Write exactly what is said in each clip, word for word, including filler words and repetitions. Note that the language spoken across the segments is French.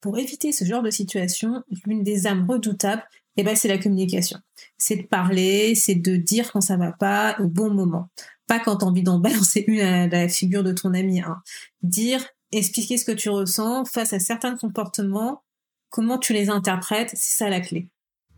pour éviter ce genre de situation, l'une des armes redoutables, eh ben, c'est la communication. C'est de parler, c'est de dire quand ça va pas au bon moment. Pas quand t'as envie d'en balancer une à la figure de ton ami. Hein. Dire, expliquer ce que tu ressens face à certains comportements, comment tu les interprètes, c'est ça la clé.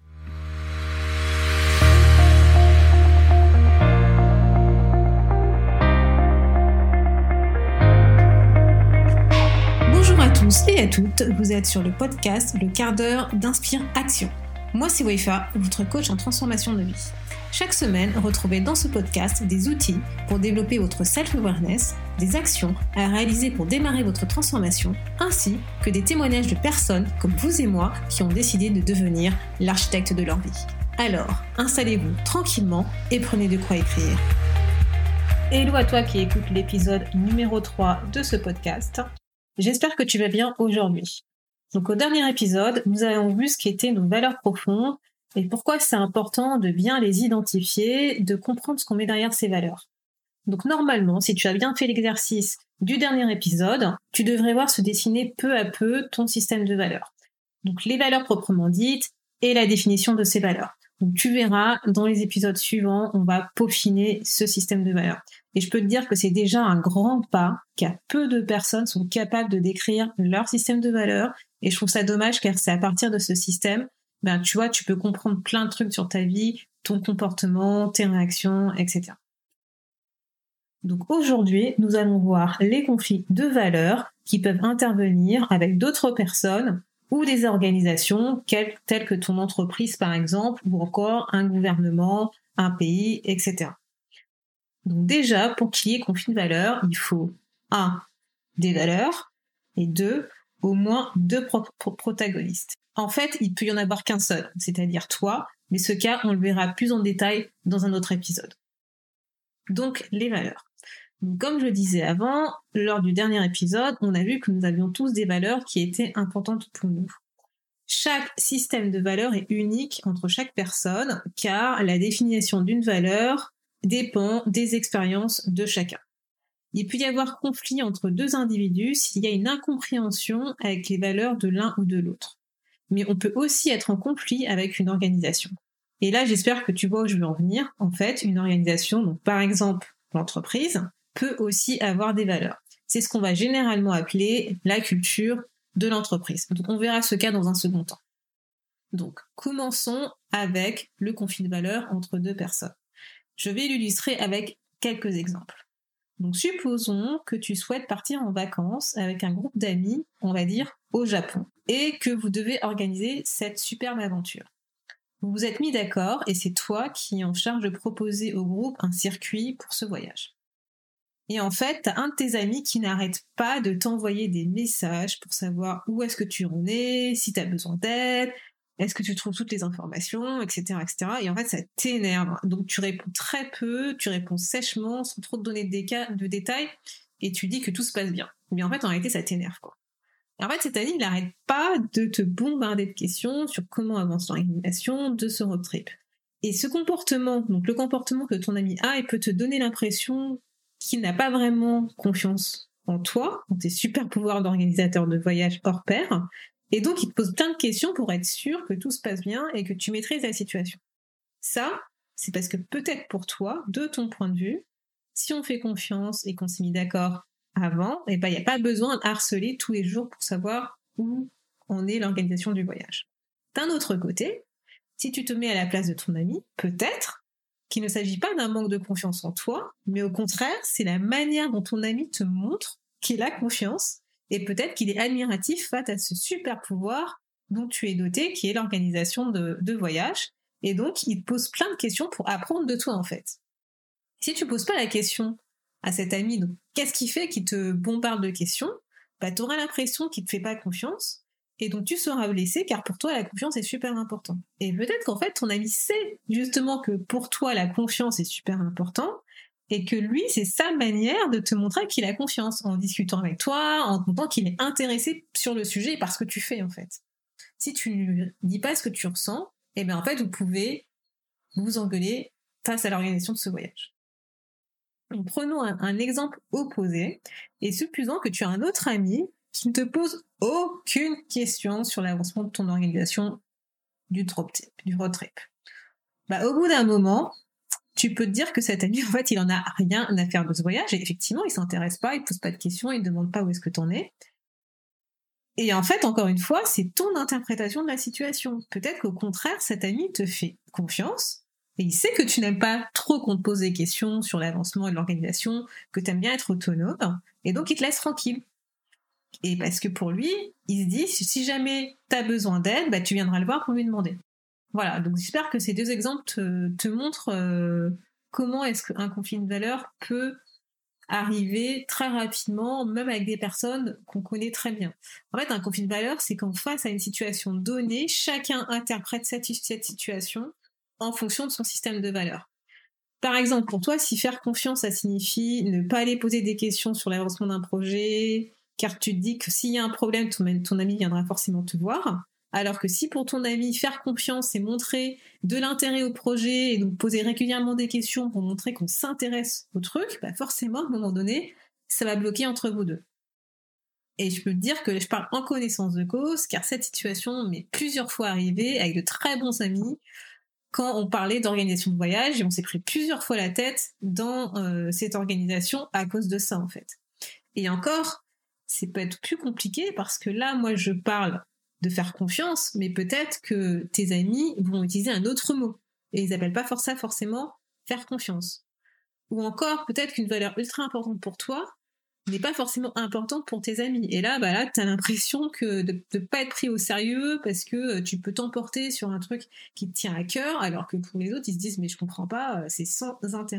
Bonjour à tous et à toutes, vous êtes sur le podcast Le quart d'heure d'Inspire Action. Moi c'est Waifa, votre coach en transformation de vie. Chaque semaine, retrouvez dans ce podcast des outils pour développer votre self-awareness, des actions à réaliser pour démarrer votre transformation, ainsi que des témoignages de personnes comme vous et moi qui ont décidé de devenir l'architecte de leur vie. Alors, installez-vous tranquillement et prenez de quoi écrire. Hello à toi qui écoute l'épisode numéro trois de ce podcast. J'espère que tu vas bien aujourd'hui. Donc au dernier épisode, nous avons vu ce qu'étaient nos valeurs profondes et pourquoi c'est important de bien les identifier, de comprendre ce qu'on met derrière ces valeurs. Donc normalement, si tu as bien fait l'exercice du dernier épisode, tu devrais voir se dessiner peu à peu ton système de valeurs. Donc les valeurs proprement dites et la définition de ces valeurs. Donc tu verras, dans les épisodes suivants, on va peaufiner ce système de valeurs. Et je peux te dire que c'est déjà un grand pas, car peu de personnes sont capables de décrire leur système de valeurs. Et je trouve ça dommage, car c'est à partir de ce système, ben tu vois, tu peux comprendre plein de trucs sur ta vie, ton comportement, tes réactions, et cetera. Donc aujourd'hui, nous allons voir les conflits de valeurs qui peuvent intervenir avec d'autres personnes ou des organisations telles que ton entreprise par exemple, ou encore un gouvernement, un pays, et cetera. Donc déjà, pour qu'il y ait conflit de valeurs, il faut un des valeurs et deux au moins deux pro- pro- protagonistes. En fait, il peut y en avoir qu'un seul, c'est-à-dire toi, mais ce cas, on le verra plus en détail dans un autre épisode. Donc, les valeurs. Donc, comme je le disais avant, lors du dernier épisode, on a vu que nous avions tous des valeurs qui étaient importantes pour nous. Chaque système de valeurs est unique entre chaque personne, car la définition d'une valeur dépend des expériences de chacun. Il peut y avoir conflit entre deux individus s'il y a une incompréhension avec les valeurs de l'un ou de l'autre. Mais on peut aussi être en conflit avec une organisation. Et là, j'espère que tu vois où je veux en venir. En fait, une organisation, donc par exemple l'entreprise, peut aussi avoir des valeurs. C'est ce qu'on va généralement appeler la culture de l'entreprise. Donc on verra ce cas dans un second temps. Donc commençons avec le conflit de valeurs entre deux personnes. Je vais l'illustrer avec quelques exemples. Donc supposons que tu souhaites partir en vacances avec un groupe d'amis, on va dire au Japon, et que vous devez organiser cette superbe aventure. Vous vous êtes mis d'accord et c'est toi qui es en charge de proposer au groupe un circuit pour ce voyage. Et en fait, t'as un de tes amis qui n'arrête pas de t'envoyer des messages pour savoir où est-ce que tu en es, si t'as besoin d'aide, est-ce que tu trouves toutes les informations, et cetera, et cetera. Et en fait, ça t'énerve. Donc, tu réponds très peu, tu réponds sèchement, sans trop te donner de, déca- de détails, et tu dis que tout se passe bien. Mais en fait, en réalité, ça t'énerve, quoi. Et en fait, cet ami, il n'arrête pas de te bombarder de questions sur comment avance l'organisation de ce road trip. Et ce comportement, donc le comportement que ton ami a, il peut te donner l'impression qu'il n'a pas vraiment confiance en toi, en tes super pouvoirs d'organisateur de voyage hors pair, et donc il te pose plein de questions pour être sûr que tout se passe bien et que tu maîtrises la situation. Ça, c'est parce que peut-être pour toi, de ton point de vue, si on fait confiance et qu'on s'est mis d'accord avant, eh ben, il n'y a pas besoin de harceler tous les jours pour savoir où en est l'organisation du voyage. D'un autre côté, si tu te mets à la place de ton ami, peut-être qu'il ne s'agit pas d'un manque de confiance en toi, mais au contraire, c'est la manière dont ton ami te montre qu'il a confiance, et peut-être qu'il est admiratif face à ce super pouvoir dont tu es doté, qui est l'organisation de, de voyage, et donc il te pose plein de questions pour apprendre de toi en fait. Si tu poses pas la question à cet ami, donc qu'est-ce qui fait qu'il te bombarde de questions, bah tu auras l'impression qu'il te fait pas confiance, et donc tu seras blessé car pour toi la confiance est super importante. Et peut-être qu'en fait ton ami sait justement que pour toi la confiance est super importante, et que lui c'est sa manière de te montrer qu'il a confiance, en discutant avec toi, en te montrant qu'il est intéressé sur le sujet et par ce que tu fais en fait. Si tu ne lui dis pas ce que tu ressens, et bien en fait vous pouvez vous engueuler face à l'organisation de ce voyage. Donc, prenons un, un exemple opposé, et supposons que tu as un autre ami qui ne te pose aucune question sur l'avancement de ton organisation du road trip. Du road trip. Bah, au bout d'un moment, tu peux te dire que cet ami, en fait, il en a rien à faire de ce voyage. Et effectivement, il s'intéresse pas, il pose pas de questions, il demande pas où est-ce que t'en es. Et en fait, encore une fois, c'est ton interprétation de la situation. Peut-être qu'au contraire, cet ami te fait confiance et il sait que tu n'aimes pas trop qu'on te pose des questions sur l'avancement et l'organisation, que tu aimes bien être autonome, et donc il te laisse tranquille. Et parce que pour lui, il se dit, si jamais tu as besoin d'aide, bah, tu viendras le voir pour lui demander. Voilà, donc j'espère que ces deux exemples te, te montrent euh, comment est-ce qu'un conflit de valeurs peut arriver très rapidement, même avec des personnes qu'on connaît très bien. En fait, un conflit de valeurs, c'est qu'en face à une situation donnée, chacun interprète cette, cette situation en fonction de son système de valeurs. Par exemple, pour toi, si faire confiance, ça signifie ne pas aller poser des questions sur l'avancement d'un projet, car tu te dis que s'il y a un problème, ton, ton ami viendra forcément te voir. Alors que si pour ton ami, faire confiance et montrer de l'intérêt au projet et donc poser régulièrement des questions pour montrer qu'on s'intéresse au truc, bah forcément, à un moment donné, ça va bloquer entre vous deux. Et je peux te dire que je parle en connaissance de cause, car cette situation m'est plusieurs fois arrivée avec de très bons amis quand on parlait d'organisation de voyage et on s'est pris plusieurs fois la tête dans euh, cette organisation à cause de ça, en fait. Et encore, c'est peut-être plus compliqué parce que là, moi, je parle de faire confiance, mais peut-être que tes amis vont utiliser un autre mot et ils appellent pas for- ça forcément faire confiance. Ou encore, peut-être qu'une valeur ultra importante pour toi n'est pas forcément importante pour tes amis. Et là, bah là, t'as l'impression que de ne pas être pris au sérieux parce que tu peux t'emporter sur un truc qui te tient à cœur, alors que pour les autres, ils se disent « mais je comprends pas, c'est sans intérêt ».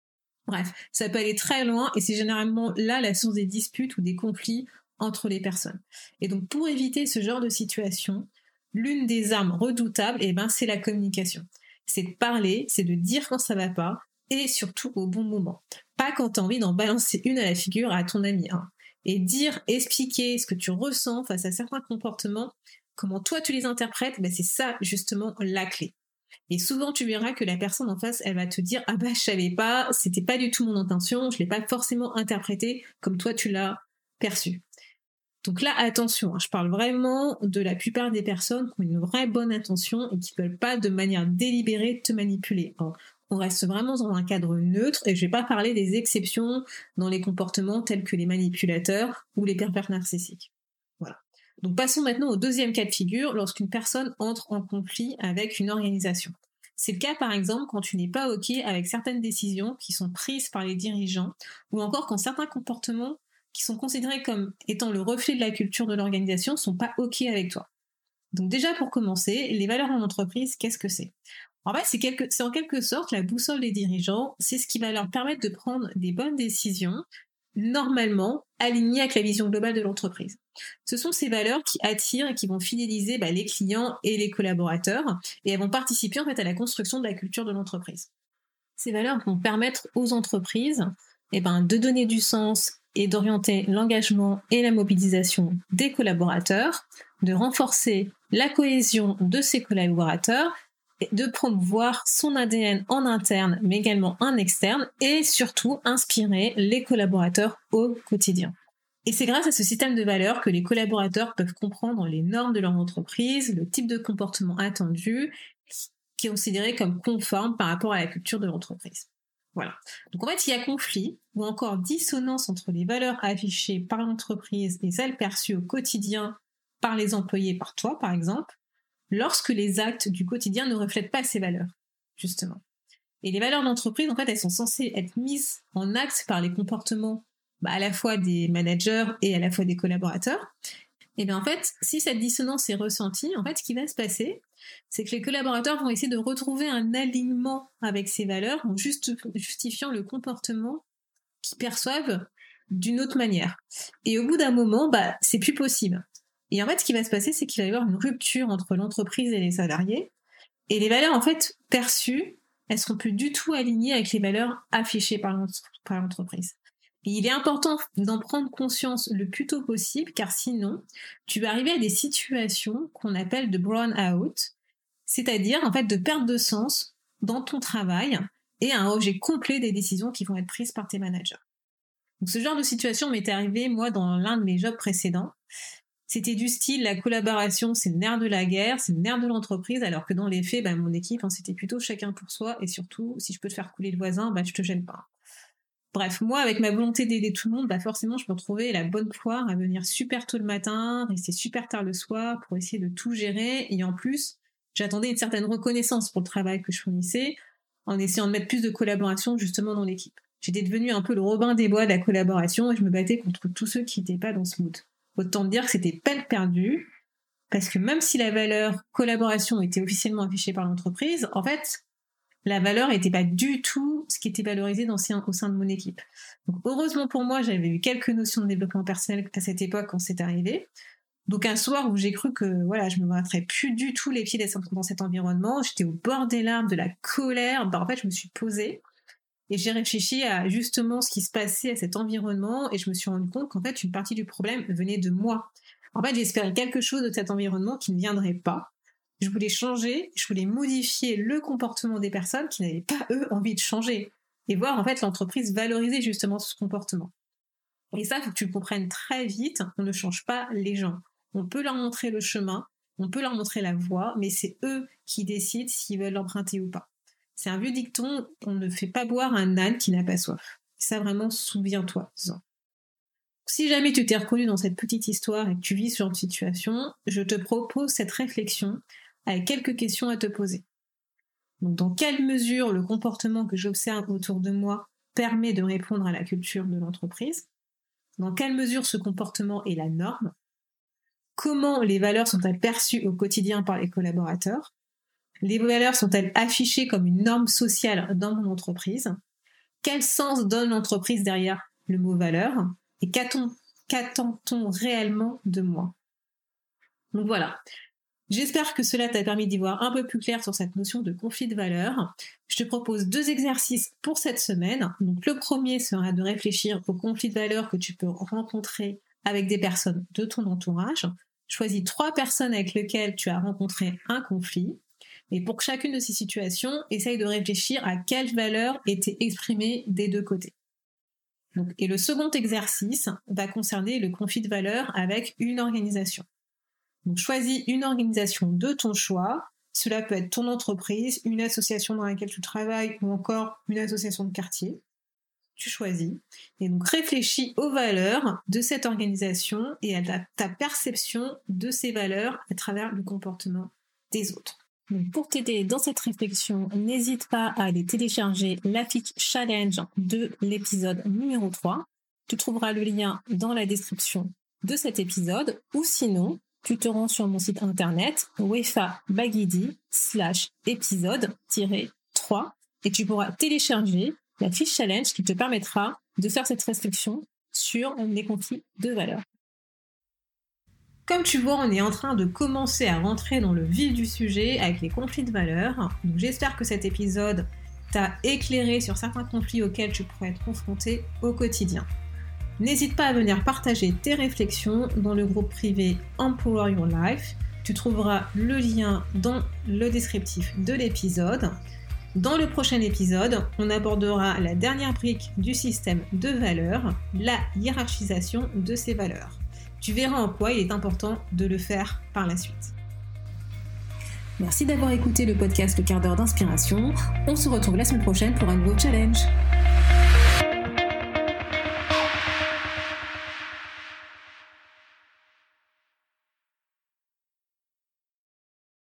Bref, ça peut aller très loin et c'est généralement là la source des disputes ou des conflits entre les personnes. Et donc, pour éviter ce genre de situation, l'une des armes redoutables, eh ben, c'est la communication. C'est de parler, c'est de dire quand ça va pas, et surtout au bon moment. Pas quand t'as envie d'en balancer une à la figure à ton ami. Hein. Et dire, expliquer ce que tu ressens face à certains comportements, comment toi tu les interprètes, ben c'est ça justement la clé. Et souvent tu verras que la personne en face, elle va te dire « Ah bah je savais pas, c'était pas du tout mon intention, je l'ai pas forcément interprété comme toi tu l'as perçu. » Donc là, attention, hein, je parle vraiment de la plupart des personnes qui ont une vraie bonne intention et qui ne veulent pas de manière délibérée te manipuler. Alors, on reste vraiment dans un cadre neutre et je vais pas parler des exceptions dans les comportements tels que les manipulateurs ou les pervers narcissiques. Voilà. Donc passons maintenant au deuxième cas de figure lorsqu'une personne entre en conflit avec une organisation. C'est le cas par exemple quand tu n'es pas OK avec certaines décisions qui sont prises par les dirigeants ou encore quand certains comportements qui sont considérés comme étant le reflet de la culture de l'organisation sont pas OK avec toi. Donc déjà pour commencer, les valeurs en entreprise, qu'est-ce que c'est ? En fait, c'est, quelque, c'est en quelque sorte la boussole des dirigeants, c'est ce qui va leur permettre de prendre des bonnes décisions, normalement alignées avec la vision globale de l'entreprise. Ce sont ces valeurs qui attirent et qui vont fidéliser bah, les clients et les collaborateurs, et elles vont participer en fait à la construction de la culture de l'entreprise. Ces valeurs vont permettre aux entreprises eh ben, de donner du sens et d'orienter l'engagement et la mobilisation des collaborateurs, de renforcer la cohésion de ces collaborateurs, et de promouvoir son A D N en interne, mais également en externe, et surtout inspirer les collaborateurs au quotidien. Et c'est grâce à ce système de valeurs que les collaborateurs peuvent comprendre les normes de leur entreprise, le type de comportement attendu, qui est considéré comme conforme par rapport à la culture de l'entreprise. Voilà. Donc en fait, il y a conflit ou encore dissonance entre les valeurs affichées par l'entreprise et celles perçues au quotidien par les employés, par toi par exemple, lorsque les actes du quotidien ne reflètent pas ces valeurs, justement. Et les valeurs d'entreprise, en fait, elles sont censées être mises en acte par les comportements bah, à la fois des managers et à la fois des collaborateurs. Et bien en fait, si cette dissonance est ressentie, en fait, ce qui va se passer, c'est que les collaborateurs vont essayer de retrouver un alignement avec ces valeurs en juste, justifiant le comportement qu'ils perçoivent d'une autre manière. Et au bout d'un moment, bah, c'est plus possible. Et en fait, ce qui va se passer, c'est qu'il va y avoir une rupture entre l'entreprise et les salariés. Et les valeurs, en fait, perçues, elles seront plus du tout alignées avec les valeurs affichées par l'entreprise. Et il est important d'en prendre conscience le plus tôt possible, car sinon, tu vas arriver à des situations qu'on appelle de brown-out, c'est-à-dire, en fait, de perte de sens dans ton travail et un rejet complet des décisions qui vont être prises par tes managers. Donc, ce genre de situation m'était arrivé, moi, dans l'un de mes jobs précédents. C'était du style, la collaboration, c'est le nerf de la guerre, c'est le nerf de l'entreprise, alors que dans les faits, bah, mon équipe, hein, c'était plutôt chacun pour soi, et surtout, si je peux te faire couler le voisin, bah, je te gêne pas. Bref, moi, avec ma volonté d'aider tout le monde, bah, forcément, je me retrouvais la bonne poire à venir super tôt le matin, rester super tard le soir pour essayer de tout gérer, et en plus, j'attendais une certaine reconnaissance pour le travail que je fournissais, en essayant de mettre plus de collaboration justement dans l'équipe. J'étais devenue un peu le Robin des Bois de la collaboration, et je me battais contre tous ceux qui n'étaient pas dans ce mood. Autant dire que c'était peine perdue, parce que même si la valeur collaboration était officiellement affichée par l'entreprise, en fait, la valeur n'était pas du tout ce qui était valorisé dans, au sein de mon équipe. Donc, heureusement pour moi, j'avais eu quelques notions de développement personnel à cette époque quand c'est arrivé. Donc un soir où j'ai cru que voilà, je me mettrais plus du tout les pieds dans cet environnement, j'étais au bord des larmes, de la colère, bah, en fait, je me suis posée et j'ai réfléchi à justement ce qui se passait à cet environnement et je me suis rendu compte qu'en fait, une partie du problème venait de moi. En fait, j'espérais quelque chose de cet environnement qui ne viendrait pas. Je voulais changer, je voulais modifier le comportement des personnes qui n'avaient pas, eux, envie de changer. Et voir, en fait, l'entreprise valoriser justement ce comportement. Et ça, il faut que tu le comprennes très vite, on ne change pas les gens. On peut leur montrer le chemin, on peut leur montrer la voie, mais c'est eux qui décident s'ils veulent l'emprunter ou pas. C'est un vieux dicton, on ne fait pas boire un âne qui n'a pas soif. Ça, vraiment, souviens-toi-en. Si jamais tu t'es reconnu dans cette petite histoire et que tu vis sur une situation, je te propose cette réflexion avec quelques questions à te poser. Donc, dans quelle mesure le comportement que j'observe autour de moi permet de répondre à la culture de l'entreprise? Dans quelle mesure ce comportement est la norme? Comment les valeurs sont-elles perçues au quotidien par les collaborateurs? Les valeurs sont-elles affichées comme une norme sociale dans mon entreprise? Quel sens donne l'entreprise derrière le mot valeur? Et qu'attend, qu'attend-on réellement de moi? Donc voilà. J'espère que cela t'a permis d'y voir un peu plus clair sur cette notion de conflit de valeurs. Je te propose deux exercices pour cette semaine. Donc le premier sera de réfléchir au conflit de valeurs que tu peux rencontrer avec des personnes de ton entourage. Choisis trois personnes avec lesquelles tu as rencontré un conflit. Et pour chacune de ces situations, essaye de réfléchir à quelles valeurs étaient exprimées des deux côtés. Donc, et le second exercice va concerner le conflit de valeurs avec une organisation. Donc, choisis une organisation de ton choix. Cela peut être ton entreprise, une association dans laquelle tu travailles ou encore une association de quartier. Tu choisis. Et donc, réfléchis aux valeurs de cette organisation et à ta, ta perception de ces valeurs à travers le comportement des autres. Donc pour t'aider dans cette réflexion, n'hésite pas à aller télécharger l'affiche challenge de l'épisode numéro trois. Tu trouveras le lien dans la description de cet épisode ou sinon, tu te rends sur mon site internet wefabagidi slash épisode trois et tu pourras télécharger la fiche challenge qui te permettra de faire cette réflexion sur les conflits de valeurs. Comme tu vois, on est en train de commencer à rentrer dans le vif du sujet avec les conflits de valeurs. Donc j'espère que cet épisode t'a éclairé sur certains conflits auxquels tu pourrais être confronté au quotidien. N'hésite pas à venir partager tes réflexions dans le groupe privé Empower Your Life. Tu trouveras le lien dans le descriptif de l'épisode. Dans le prochain épisode, on abordera la dernière brique du système de valeurs, la hiérarchisation de ces valeurs. Tu verras en quoi il est important de le faire par la suite. Merci d'avoir écouté le podcast Le quart d'heure d'inspiration. On se retrouve la semaine prochaine pour un nouveau challenge.